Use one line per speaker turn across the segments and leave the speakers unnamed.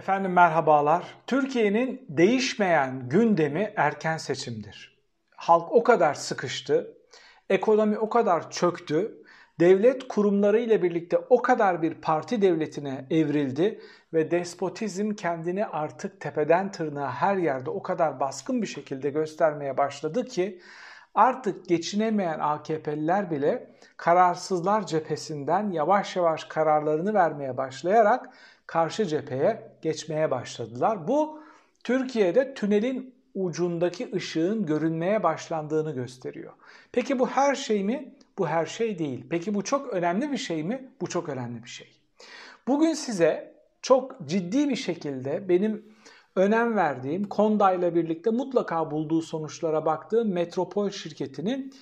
Efendim merhabalar. Türkiye'nin değişmeyen gündemi erken seçimdir. Halk o kadar sıkıştı, ekonomi o kadar çöktü, devlet kurumları ile birlikte o kadar bir parti devletine evrildi ve despotizm kendini artık tepeden tırnağa her yerde o kadar baskın bir şekilde göstermeye başladı ki artık geçinemeyen AKP'liler bile kararsızlar cephesinden yavaş yavaş kararlarını vermeye başlayarak karşı cepheye geçmeye başladılar. Bu Türkiye'de tünelin ucundaki ışığın görünmeye başlandığını gösteriyor. Peki bu her şey mi? Bu her şey değil. Peki bu çok önemli bir şey mi? Bu çok önemli bir şey. Bugün size çok ciddi bir şekilde benim önem verdiğim, Konda ile birlikte mutlaka bulduğu sonuçlara baktığım Metropol şirketinin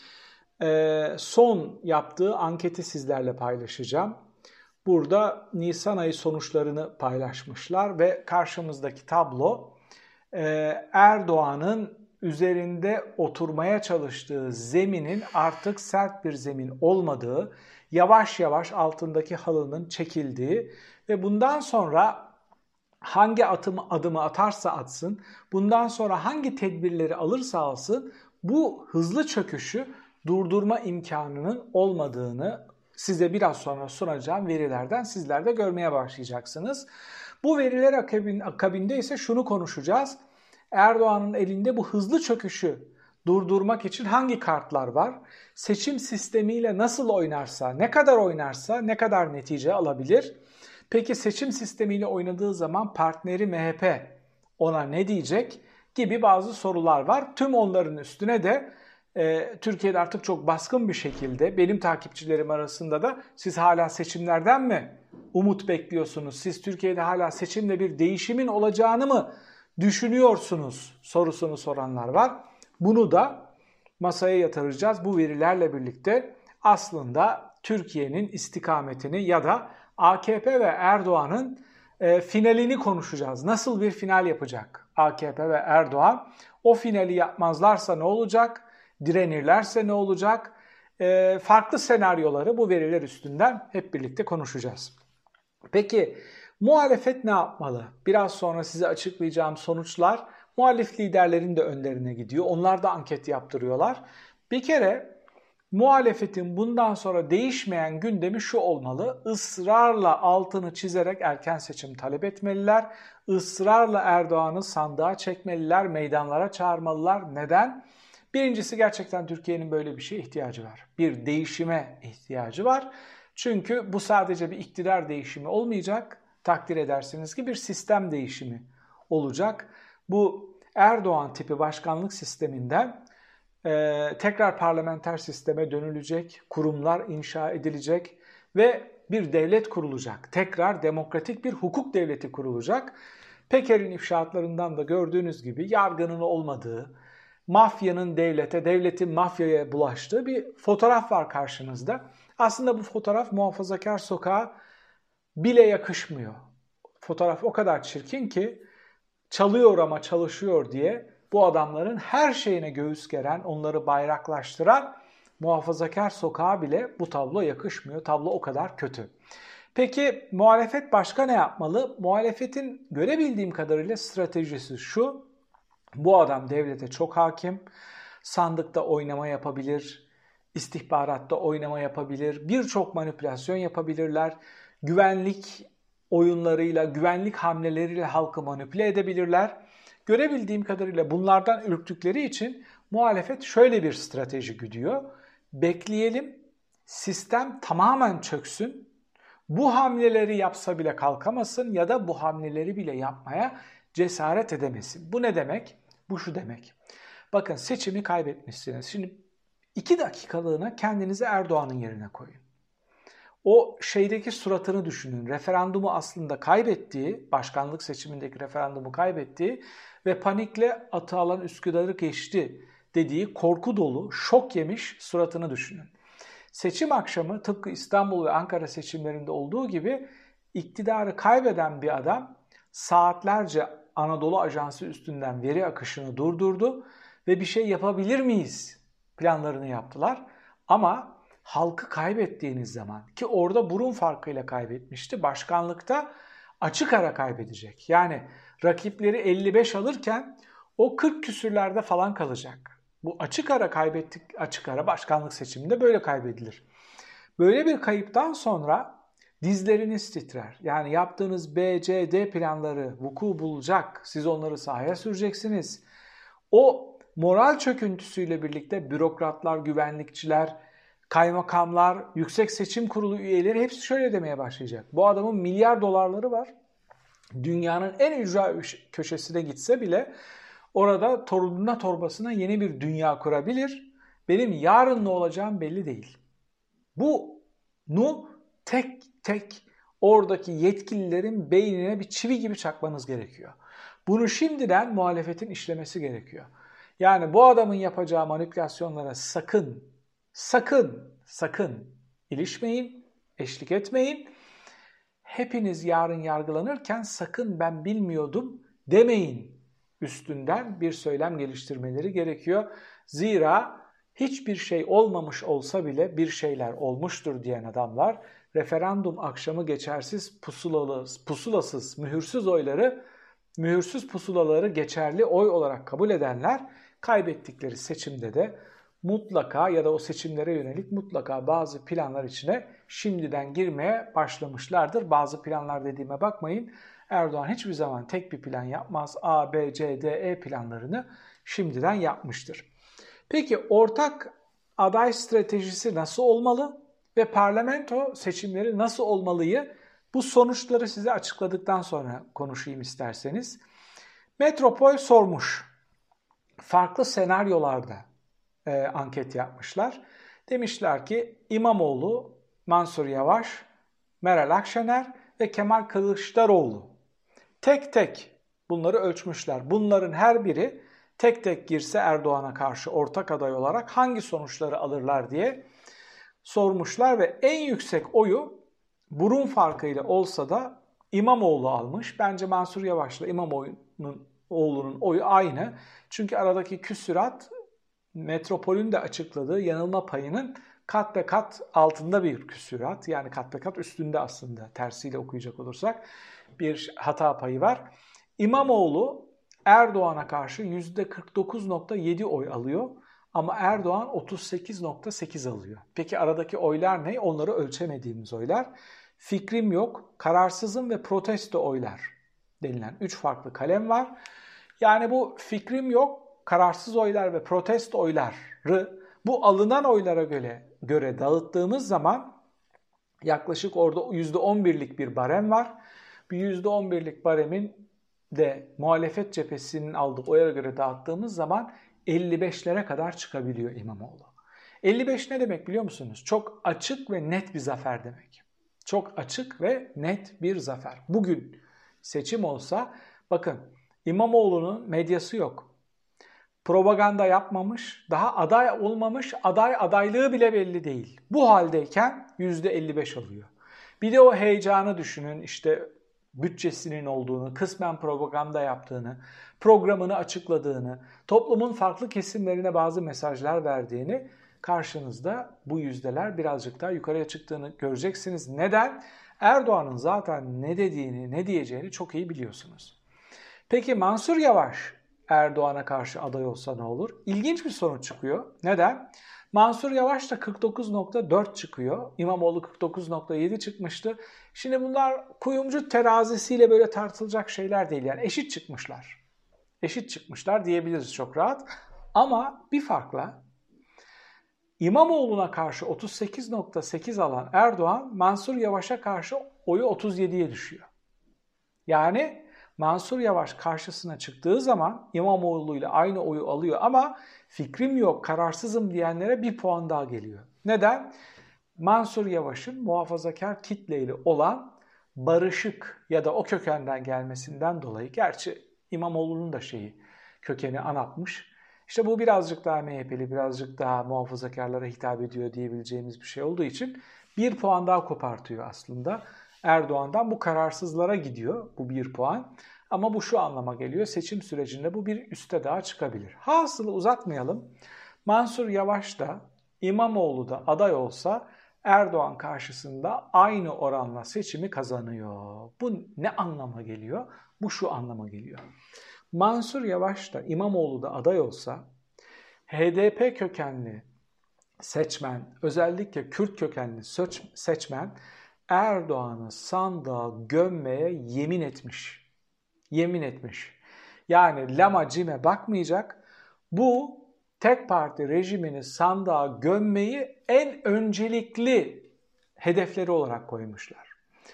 son yaptığı anketi sizlerle paylaşacağım. Burada Nisan ayı sonuçlarını paylaşmışlar ve karşımızdaki tablo Erdoğan'ın üzerinde oturmaya çalıştığı zeminin artık sert bir zemin olmadığı, yavaş yavaş altındaki halının çekildiği ve bundan sonra hangi adımı atarsa atsın, bundan sonra hangi tedbirleri alırsa alsın bu hızlı çöküşü durdurma imkanının olmadığını size biraz sonra sunacağım verilerden sizler de görmeye başlayacaksınız. Bu veriler akabinde ise şunu konuşacağız. Erdoğan'ın elinde bu hızlı çöküşü durdurmak için hangi kartlar var? Seçim sistemiyle nasıl oynarsa, ne kadar netice alabilir? Peki seçim sistemiyle oynadığı zaman partneri MHP ona ne diyecek gibi bazı sorular var. Tüm onların üstüne de Türkiye'de artık çok baskın bir şekilde benim takipçilerim arasında da siz hala seçimlerden mi umut bekliyorsunuz? Siz Türkiye'de hala seçimle bir değişimin olacağını mı düşünüyorsunuz sorusunu soranlar var. Bunu da masaya yatıracağız. Bu verilerle birlikte aslında Türkiye'nin istikametini ya da AKP ve Erdoğan'ın finalini konuşacağız. Nasıl bir final yapacak AKP ve Erdoğan? O finali yapmazlarsa ne olacak? Direnirlerse ne olacak? Farklı senaryoları bu veriler üstünden hep birlikte konuşacağız. Peki muhalefet ne yapmalı? Biraz sonra size açıklayacağım sonuçlar muhalif liderlerin de önlerine gidiyor. Onlar da anket yaptırıyorlar. Bir kere muhalefetin bundan sonra değişmeyen gündemi şu olmalı. Israrla altını çizerek erken seçim talep etmeliler. Israrla Erdoğan'ı sandığa çekmeliler, meydanlara çağırmalılar. Neden? Birincisi gerçekten Türkiye'nin böyle bir şeye ihtiyacı var. Bir değişime ihtiyacı var. Çünkü bu sadece bir iktidar değişimi olmayacak. Takdir edersiniz ki bir sistem değişimi olacak. Bu Erdoğan tipi başkanlık sisteminden tekrar parlamenter sisteme dönülecek, kurumlar inşa edilecek ve bir devlet kurulacak. Tekrar demokratik bir hukuk devleti kurulacak. Peker'in ifşaatlarından da gördüğünüz gibi yargının olmadığı, mafyanın devlete, devletin mafyaya bulaştığı bir fotoğraf var karşınızda. Aslında bu fotoğraf muhafazakar sokağa bile yakışmıyor. Fotoğraf o kadar çirkin ki çalıyor ama çalışıyor diye bu adamların her şeyine göğüs geren, onları bayraklaştıran muhafazakar sokağa bile bu tablo yakışmıyor. Tablo o kadar kötü. Peki muhalefet başka ne yapmalı? Muhalefetin görebildiğim kadarıyla stratejisi şu. Bu adam devlete çok hakim. Sandıkta oynama yapabilir, istihbaratta oynama yapabilir, birçok manipülasyon yapabilirler. Güvenlik oyunlarıyla, güvenlik hamleleriyle halkı manipüle edebilirler. Görebildiğim kadarıyla bunlardan ürktükleri için muhalefet şöyle bir strateji güdüyor. Bekleyelim, sistem tamamen çöksün, bu hamleleri yapsa bile kalkamasın ya da bu hamleleri bile yapmaya cesaret edemesin. Bu ne demek? Bu şu demek. Bakın seçimi kaybetmişsiniz. Şimdi 2 dakikalığına kendinizi Erdoğan'ın yerine koyun. O şeydeki suratını düşünün. Referandumu aslında kaybettiği, başkanlık seçimindeki referandumu kaybettiği ve panikle atı alan Üsküdar'ı geçti dediği korku dolu, şok yemiş suratını düşünün. Seçim akşamı tıpkı İstanbul ve Ankara seçimlerinde olduğu gibi iktidarı kaybeden bir adam saatlerce Anadolu Ajansı üstünden veri akışını durdurdu ve bir şey yapabilir miyiz planlarını yaptılar. Ama halkı kaybettiğiniz zaman ki orada burun farkıyla kaybetmişti. Başkanlıkta açık ara kaybedecek. Yani rakipleri 55 alırken o 40 küsürlerde falan kalacak. Bu açık ara açık ara başkanlık seçiminde böyle kaybedilir. Böyle bir kayıptan sonra dizleriniz titrer. Yani yaptığınız B, C, D planları vuku bulacak. Siz onları sahaya süreceksiniz. O moral çöküntüsüyle birlikte bürokratlar, güvenlikçiler, kaymakamlar, Yüksek Seçim Kurulu üyeleri hepsi şöyle demeye başlayacak. Bu adamın milyar dolarları var. Dünyanın en ücra köşesine gitse bile orada torununa torbasına yeni bir dünya kurabilir. Benim yarın ne olacağım belli değil. Bunu tek tek oradaki yetkililerin beynine bir çivi gibi çakmanız gerekiyor. Bunu şimdiden muhalefetin işlemesi gerekiyor. Yani bu adamın yapacağı manipülasyonlara sakın ilişmeyin, eşlik etmeyin. Hepiniz yarın yargılanırken sakın ben bilmiyordum demeyin. Üstünden bir söylem geliştirmeleri gerekiyor. Zira hiçbir şey olmamış olsa bile bir şeyler olmuştur diyen adamlar referandum akşamı geçersiz pusulasız mühürsüz pusulaları geçerli oy olarak kabul edenler kaybettikleri seçimde de mutlaka ya da o seçimlere yönelik mutlaka bazı planlar içine şimdiden girmeye başlamışlardır. Bazı planlar dediğime bakmayın. Erdoğan hiçbir zaman tek bir plan yapmaz. A, B, C, D, E planlarını şimdiden yapmıştır. Peki ortak aday stratejisi nasıl olmalı ve parlamento seçimleri nasıl olmalıyı bu sonuçları size açıkladıktan sonra konuşayım isterseniz. Metropol sormuş. Farklı senaryolarda anket yapmışlar. Demişler ki İmamoğlu, Mansur Yavaş, Meral Akşener ve Kemal Kılıçdaroğlu. Tek tek bunları ölçmüşler. Bunların her biri tek tek girse Erdoğan'a karşı ortak aday olarak hangi sonuçları alırlar diye sormuşlar ve en yüksek oyu burun farkıyla olsa da İmamoğlu almış. Bence Mansur Yavaş'la İmamoğlu'nun oyu aynı. Çünkü aradaki küsurat Metropol'ün de açıkladığı yanılma payının kat be kat altında bir küsurat. Yani kat be kat üstünde aslında tersiyle okuyacak olursak bir hata payı var. İmamoğlu Erdoğan'a karşı %49.7 oy alıyor ama Erdoğan 38.8 alıyor. Peki aradaki oylar ne? Onları ölçemediğimiz oylar. Fikrim yok, kararsızım ve protesto oylar denilen 3 farklı kalem var. Yani bu fikrim yok, kararsız oylar ve protesto oyları bu alınan oylara göre dağıttığımız zaman yaklaşık orada %11'lik bir barem var. Bir %11'lik baremin de muhalefet cephesinin aldığı oylara göre dağıttığımız zaman 55'lere kadar çıkabiliyor İmamoğlu. 55 ne demek biliyor musunuz? Çok açık ve net bir zafer demek. Çok açık ve net bir zafer. Bugün seçim olsa bakın İmamoğlu'nun medyası yok. Propaganda yapmamış, daha aday olmamış, adaylığı bile belli değil. Bu haldeyken %55 alıyor. Bir de o heyecanı düşünün, işte bütçesinin olduğunu, kısmen propaganda yaptığını, programını açıkladığını, toplumun farklı kesimlerine bazı mesajlar verdiğini, karşınızda bu yüzdeler birazcık daha yukarıya çıktığını göreceksiniz. Neden? Erdoğan'ın zaten ne dediğini, ne diyeceğini çok iyi biliyorsunuz. Peki Mansur Yavaş Erdoğan'a karşı aday olsa ne olur? İlginç bir sonuç çıkıyor. Neden? Mansur Yavaş da 49.4 çıkıyor. İmamoğlu 49.7 çıkmıştı. Şimdi bunlar kuyumcu terazisiyle böyle tartılacak şeyler değil. Yani eşit çıkmışlar. Eşit çıkmışlar diyebiliriz çok rahat. Ama bir farkla İmamoğlu'na karşı 38.8 alan Erdoğan, Mansur Yavaş'a karşı oyu 37'ye düşüyor. Yani Mansur Yavaş karşısına çıktığı zaman İmamoğlu ile aynı oyu alıyor ama fikrim yok, kararsızım diyenlere bir puan daha geliyor. Neden? Mansur Yavaş'ın muhafazakar kitleyle olan barışık ya da o kökenden gelmesinden dolayı, gerçi İmamoğlu'nun da kökeni ANAP'mış. İşte bu birazcık daha MHP'li, birazcık daha muhafazakarlara hitap ediyor diyebileceğimiz bir şey olduğu için bir puan daha kopartıyor aslında. Erdoğan'dan bu kararsızlara gidiyor bu bir puan. Ama bu şu anlama geliyor, seçim sürecinde bu bir üste daha çıkabilir. Hasılı uzatmayalım. Mansur Yavaş da İmamoğlu da aday olsa Erdoğan karşısında aynı oranla seçimi kazanıyor. Bu ne anlama geliyor? Bu şu anlama geliyor. Mansur Yavaş da İmamoğlu da aday olsa HDP kökenli seçmen, özellikle Kürt kökenli seçmen Erdoğan'ı sandığa gömmeye yemin etmiş. Yemin etmiş. Yani lama cime bakmayacak. Bu tek parti rejimini sandığa gömmeyi en öncelikli hedefleri olarak koymuşlar.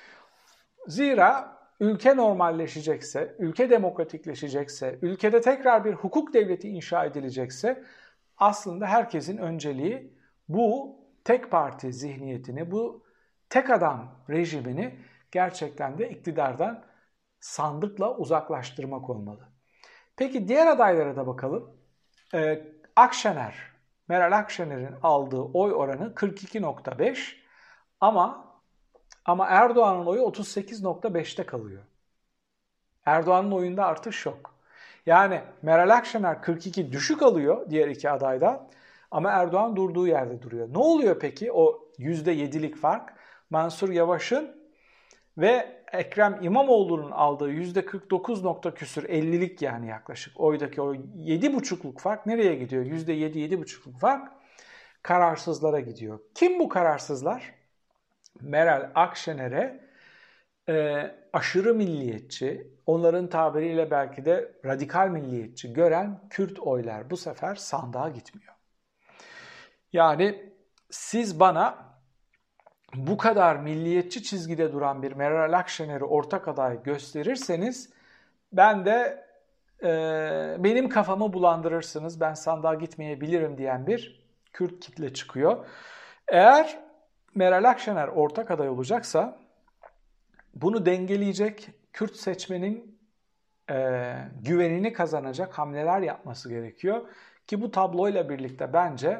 Zira ülke normalleşecekse, ülke demokratikleşecekse, ülkede tekrar bir hukuk devleti inşa edilecekse aslında herkesin önceliği bu tek parti zihniyetini, bu tek adam rejimini gerçekten de iktidardan sandıkla uzaklaştırmak olmalı. Peki diğer adaylara da bakalım. Akşener, Meral Akşener'in aldığı oy oranı 42.5 ama Erdoğan'ın oyu 38.5'te kalıyor. Erdoğan'ın oyunda artış yok. Yani Meral Akşener 42 düşük alıyor diğer iki adaydan ama Erdoğan durduğu yerde duruyor. Ne oluyor peki o %7'lik fark? Mansur Yavaş'ın ve Ekrem İmamoğlu'nun aldığı %49 küsür 50'lik yani yaklaşık oydaki o 7,5'luk fark nereye gidiyor? %7-7,5'luk fark kararsızlara gidiyor. Kim bu kararsızlar? Meral Akşener'e aşırı milliyetçi, onların tabiriyle belki de radikal milliyetçi gören Kürt oylar bu sefer sandığa gitmiyor. Yani siz bana bu kadar milliyetçi çizgide duran bir Meral Akşener'i ortak aday gösterirseniz ben de benim kafamı bulandırırsınız, ben sandığa gitmeyebilirim diyen bir Kürt kitle çıkıyor. Eğer Meral Akşener ortak aday olacaksa bunu dengeleyecek Kürt seçmenin güvenini kazanacak hamleler yapması gerekiyor. Ki bu tabloyla birlikte bence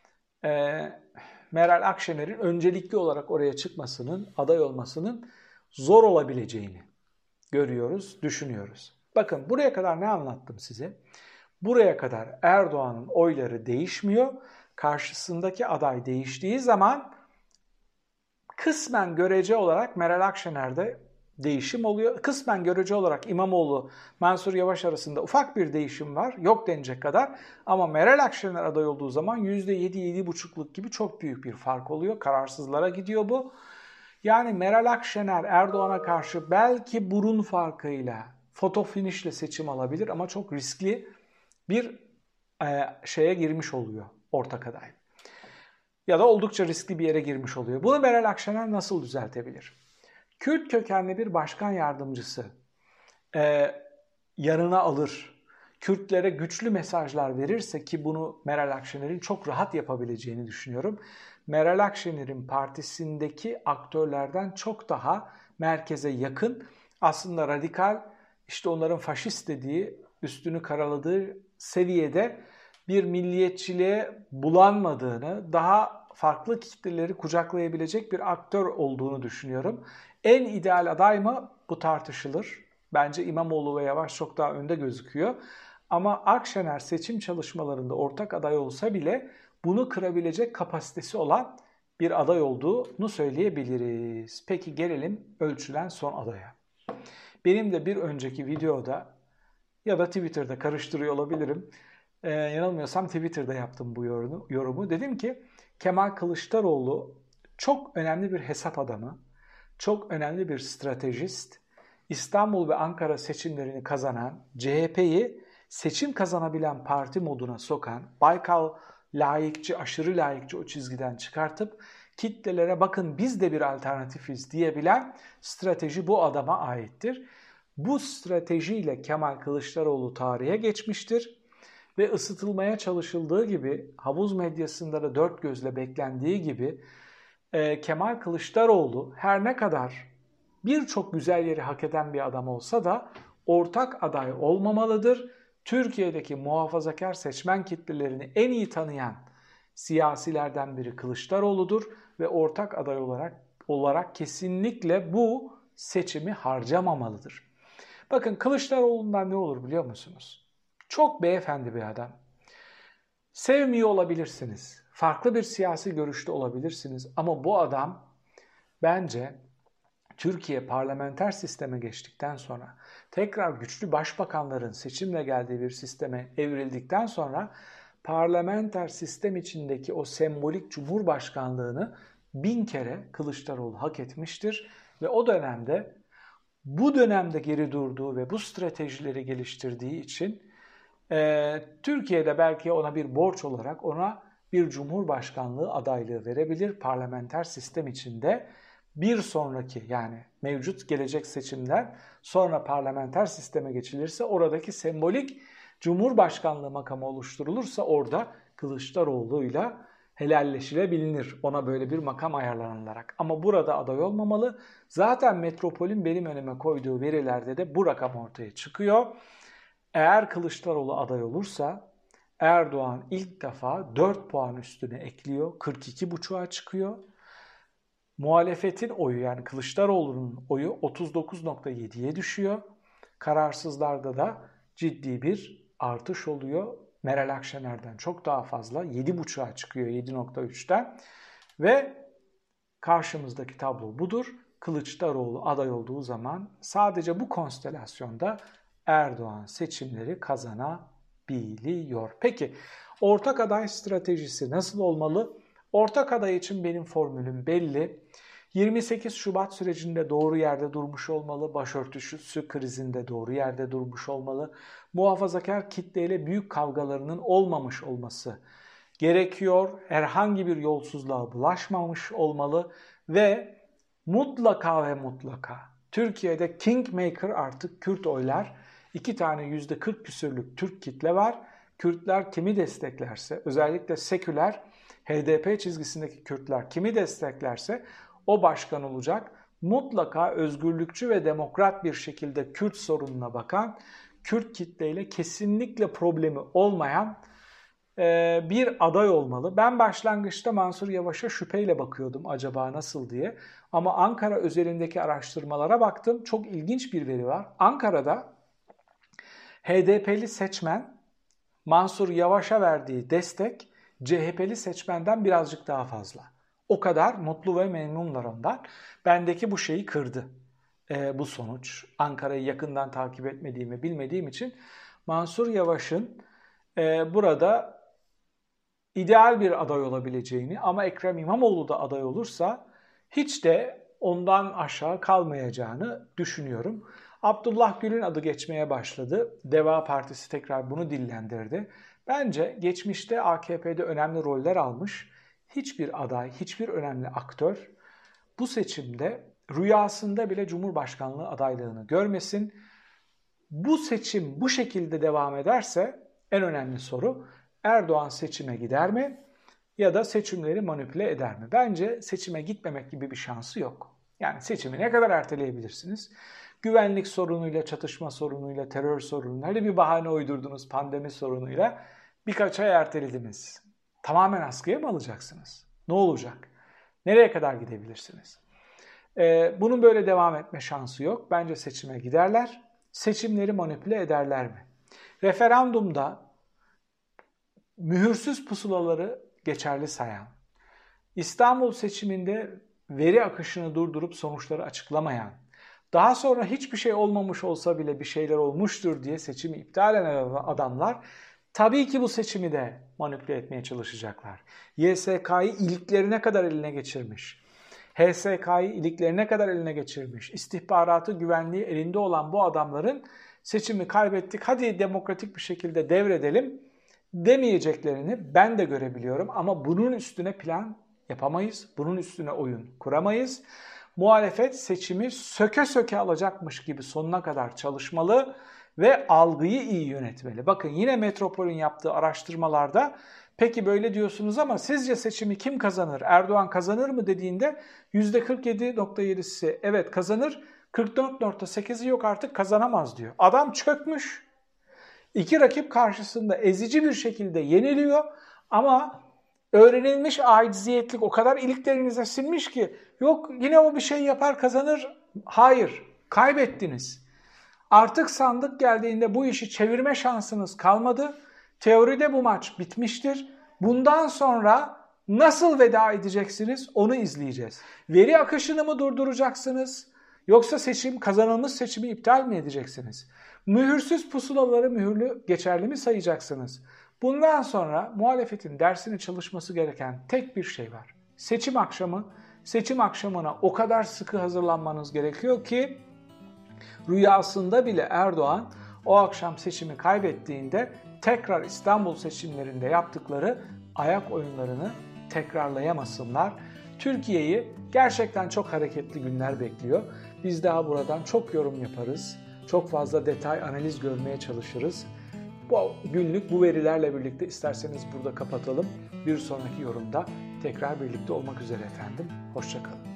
Meral Akşener'in öncelikli olarak oraya çıkmasının, aday olmasının zor olabileceğini görüyoruz, düşünüyoruz. Bakın buraya kadar ne anlattım size? Buraya kadar Erdoğan'ın oyları değişmiyor. Karşısındaki aday değiştiği zaman kısmen görece olarak Meral Akşener'de değişim oluyor. Kısmen görece olarak İmamoğlu, Mansur Yavaş arasında ufak bir değişim var. Yok denecek kadar. Ama Meral Akşener aday olduğu zaman %7-7,5'luk gibi çok büyük bir fark oluyor. Kararsızlara gidiyor bu. Yani Meral Akşener Erdoğan'a karşı belki burun farkıyla, foto finişle seçim alabilir ama çok riskli bir şeye girmiş oluyor ortak aday. Ya da oldukça riskli bir yere girmiş oluyor. Bunu Meral Akşener nasıl düzeltebilir? Kürt kökenli bir başkan yardımcısı yanına alır. Kürtlere güçlü mesajlar verirse ki bunu Meral Akşener'in çok rahat yapabileceğini düşünüyorum. Meral Akşener'in partisindeki aktörlerden çok daha merkeze yakın, aslında radikal, işte onların faşist dediği, üstünü karaladığı seviyede bir milliyetçiliğe bulanmadığını, daha farklı kitleleri kucaklayabilecek bir aktör olduğunu düşünüyorum. En ideal aday mı? Bu tartışılır. Bence İmamoğlu ve Yavaş çok daha önde gözüküyor. Ama Akşener seçim çalışmalarında ortak aday olsa bile bunu kırabilecek kapasitesi olan bir aday olduğunu söyleyebiliriz. Peki gelelim ölçülen son adaya. Benim de bir önceki videoda ya da Twitter'da karıştırıyor olabilirim. Yanılmıyorsam Twitter'da yaptım bu yorumu. Dedim ki Kemal Kılıçdaroğlu çok önemli bir hesap adamı, çok önemli bir stratejist, İstanbul ve Ankara seçimlerini kazanan, CHP'yi seçim kazanabilen parti moduna sokan, Baykal layıkçı, aşırı layıkçı o çizgiden çıkartıp kitlelere bakın biz de bir alternatifiz diyebilen strateji bu adama aittir. Bu stratejiyle Kemal Kılıçdaroğlu tarihe geçmiştir ve ısıtılmaya çalışıldığı gibi, havuz medyasında da dört gözle beklendiği gibi Kemal Kılıçdaroğlu her ne kadar birçok güzel yeri hak eden bir adam olsa da ortak aday olmamalıdır. Türkiye'deki muhafazakar seçmen kitlelerini en iyi tanıyan siyasilerden biri Kılıçdaroğlu'dur ve ortak aday olarak kesinlikle bu seçimi harcamamalıdır. Bakın Kılıçdaroğlu'ndan ne olur biliyor musunuz? Çok beyefendi bir adam. Sevmiyor olabilirsiniz. farklı bir siyasi görüşte olabilirsiniz ama bu adam bence Türkiye parlamenter sisteme geçtikten sonra, tekrar güçlü başbakanların seçimle geldiği bir sisteme evrildikten sonra parlamenter sistem içindeki o sembolik cumhurbaşkanlığını 1000 kere Kılıçdaroğlu hak etmiştir. Ve o dönemde, bu dönemde geri durduğu ve bu stratejileri geliştirdiği için Türkiye'de belki ona bir borç olarak ona bir cumhurbaşkanlığı adaylığı verebilir parlamenter sistem içinde. Bir sonraki, yani mevcut gelecek seçimler sonra parlamenter sisteme geçilirse, oradaki sembolik cumhurbaşkanlığı makamı oluşturulursa orada Kılıçdaroğlu'yla helalleşilebilir, ona böyle bir makam ayarlanılarak. Ama burada aday olmamalı. Zaten Metropol'ün benim önüme koyduğu verilerde de bu rakam ortaya çıkıyor. Eğer Kılıçdaroğlu aday olursa Erdoğan ilk defa 4 puan üstüne ekliyor, 42,5'a çıkıyor. Muhalefetin oyu, yani Kılıçdaroğlu'nun oyu 39,7'ye düşüyor. Kararsızlarda da ciddi bir artış oluyor. Meral Akşener'den çok daha fazla, 7,5'a çıkıyor 7,3'ten. Ve karşımızdaki tablo budur. Kılıçdaroğlu aday olduğu zaman sadece bu konstelasyonda Erdoğan seçimleri kazanabiliyor. Peki ortak aday stratejisi nasıl olmalı? Ortak aday için benim formülüm belli. 28 Şubat sürecinde doğru yerde durmuş olmalı, başörtüsü krizinde doğru yerde durmuş olmalı, muhafazakar kitleyle büyük kavgalarının olmamış olması gerekiyor, herhangi bir yolsuzluğa bulaşmamış olmalı ve mutlaka ve mutlaka Türkiye'de kingmaker artık Kürt oylar. 2 tane %40 küsürlük Türk kitle var. Kürtler kimi desteklerse, özellikle seküler HDP çizgisindeki Kürtler kimi desteklerse o başkan olacak. Mutlaka özgürlükçü ve demokrat bir şekilde Kürt sorununa bakan, Kürt kitleyle kesinlikle problemi olmayan bir aday olmalı. Ben başlangıçta Mansur Yavaş'a şüpheyle bakıyordum acaba nasıl diye. Ama Ankara özelindeki araştırmalara baktım. Çok ilginç bir veri var. Ankara'da HDP'li seçmen Mansur Yavaş'a verdiği destek CHP'li seçmenden birazcık daha fazla. O kadar mutlu ve memnunlar ondan. Bendeki bu şeyi kırdı. Bu sonuç. Ankara'yı yakından takip etmediğimi bilmediğim için Mansur Yavaş'ın burada ideal bir aday olabileceğini, ama Ekrem İmamoğlu da aday olursa hiç de ondan aşağı kalmayacağını düşünüyorum. Abdullah Gül'ün adı geçmeye başladı. Deva Partisi tekrar bunu dillendirdi. Bence geçmişte AKP'de önemli roller almış hiçbir aday, hiçbir önemli aktör bu seçimde rüyasında bile Cumhurbaşkanlığı adaylığını görmesin. Bu seçim bu şekilde devam ederse en önemli soru, Erdoğan seçime gider mi ya da seçimleri manipüle eder mi? Bence seçime gitmemek gibi bir şansı yok. Yani seçimi ne kadar erteleyebilirsiniz? Güvenlik sorunuyla, çatışma sorunuyla, terör sorunuyla, hadi bir bahane uydurdunuz, pandemi sorunuyla birkaç ay ertelediniz. Tamamen askıya mı alacaksınız? Ne olacak? Nereye kadar gidebilirsiniz? Bunun böyle devam etme şansı yok. Bence seçime giderler. Seçimleri manipüle ederler mi? Referandumda mühürsüz pusulaları geçerli sayan, İstanbul seçiminde veri akışını durdurup sonuçları açıklamayan, daha sonra hiçbir şey olmamış olsa bile bir şeyler olmuştur diye seçimi iptal eden adamlar tabii ki bu seçimi de manipüle etmeye çalışacaklar. YSK'yı iliklerine kadar eline geçirmiş, HSK'yı iliklerine kadar eline geçirmiş, istihbaratı, güvenliği elinde olan bu adamların seçimi kaybettik, hadi demokratik bir şekilde devredelim demeyeceklerini ben de görebiliyorum. Ama bunun üstüne plan yapamayız, bunun üstüne oyun kuramayız. Muhalefet seçimi söke söke alacakmış gibi sonuna kadar çalışmalı ve algıyı iyi yönetmeli. Bakın yine Metropol'ün yaptığı araştırmalarda peki böyle diyorsunuz ama sizce seçimi kim kazanır? Erdoğan kazanır mı dediğinde %47,7'si evet kazanır, 44,8'i yok artık kazanamaz diyor. Adam çökmüş. İki rakip karşısında ezici bir şekilde yeniliyor ama öğrenilmiş aciziyetlik o kadar iliklerinize sinmiş ki yok yine o bir şey yapar kazanır. Hayır, kaybettiniz. Artık sandık geldiğinde bu işi çevirme şansınız kalmadı. Teoride bu maç bitmiştir. Bundan sonra Nasıl veda edeceksiniz onu izleyeceğiz. Veri akışını mı durduracaksınız? Yoksa kazanılmış seçimi iptal mi edeceksiniz? Mühürsüz pusulaları mühürlü geçerli mi sayacaksınız? Bundan sonra muhalefetin dersini çalışması gereken tek bir şey var. Seçim akşamı. Seçim akşamına o kadar sıkı hazırlanmanız gerekiyor ki rüyasında bile Erdoğan o akşam seçimi kaybettiğinde tekrar İstanbul seçimlerinde yaptıkları ayak oyunlarını tekrarlayamasınlar. Türkiye'yi gerçekten çok hareketli günler bekliyor. Biz daha buradan çok yorum yaparız. Çok fazla detay analiz görmeye çalışırız. Bu günlük bu verilerle birlikte isterseniz burada kapatalım. Bir sonraki yorumda tekrar birlikte olmak üzere efendim. Hoşça kalın.